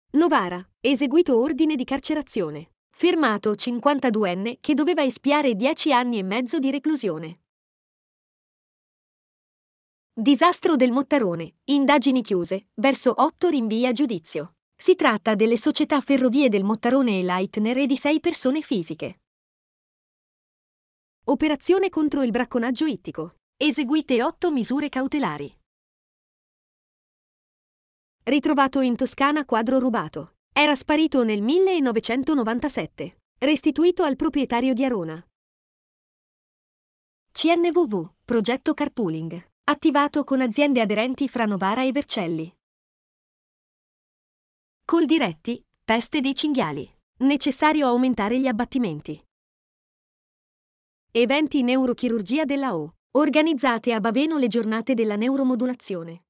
Novara, eseguito ordine di carcerazione. Fermato 52enne che doveva espiare 10 anni e mezzo di reclusione. Disastro del Mottarone, indagini chiuse, verso 8 rinvii a giudizio. Si tratta delle società Ferrovie del Mottarone e Leitner e di 6 persone fisiche. Operazione contro il bracconaggio ittico. Eseguite 8 misure cautelari. Ritrovato in Toscana quadro rubato. Era sparito nel 1997. Restituito al proprietario di Arona. CNVV, progetto carpooling. Attivato con aziende aderenti fra Novara e Vercelli. Coldiretti, peste dei cinghiali. Necessario aumentare gli abbattimenti. Eventi neurochirurgia della O. Organizzate a Baveno le giornate della neuromodulazione.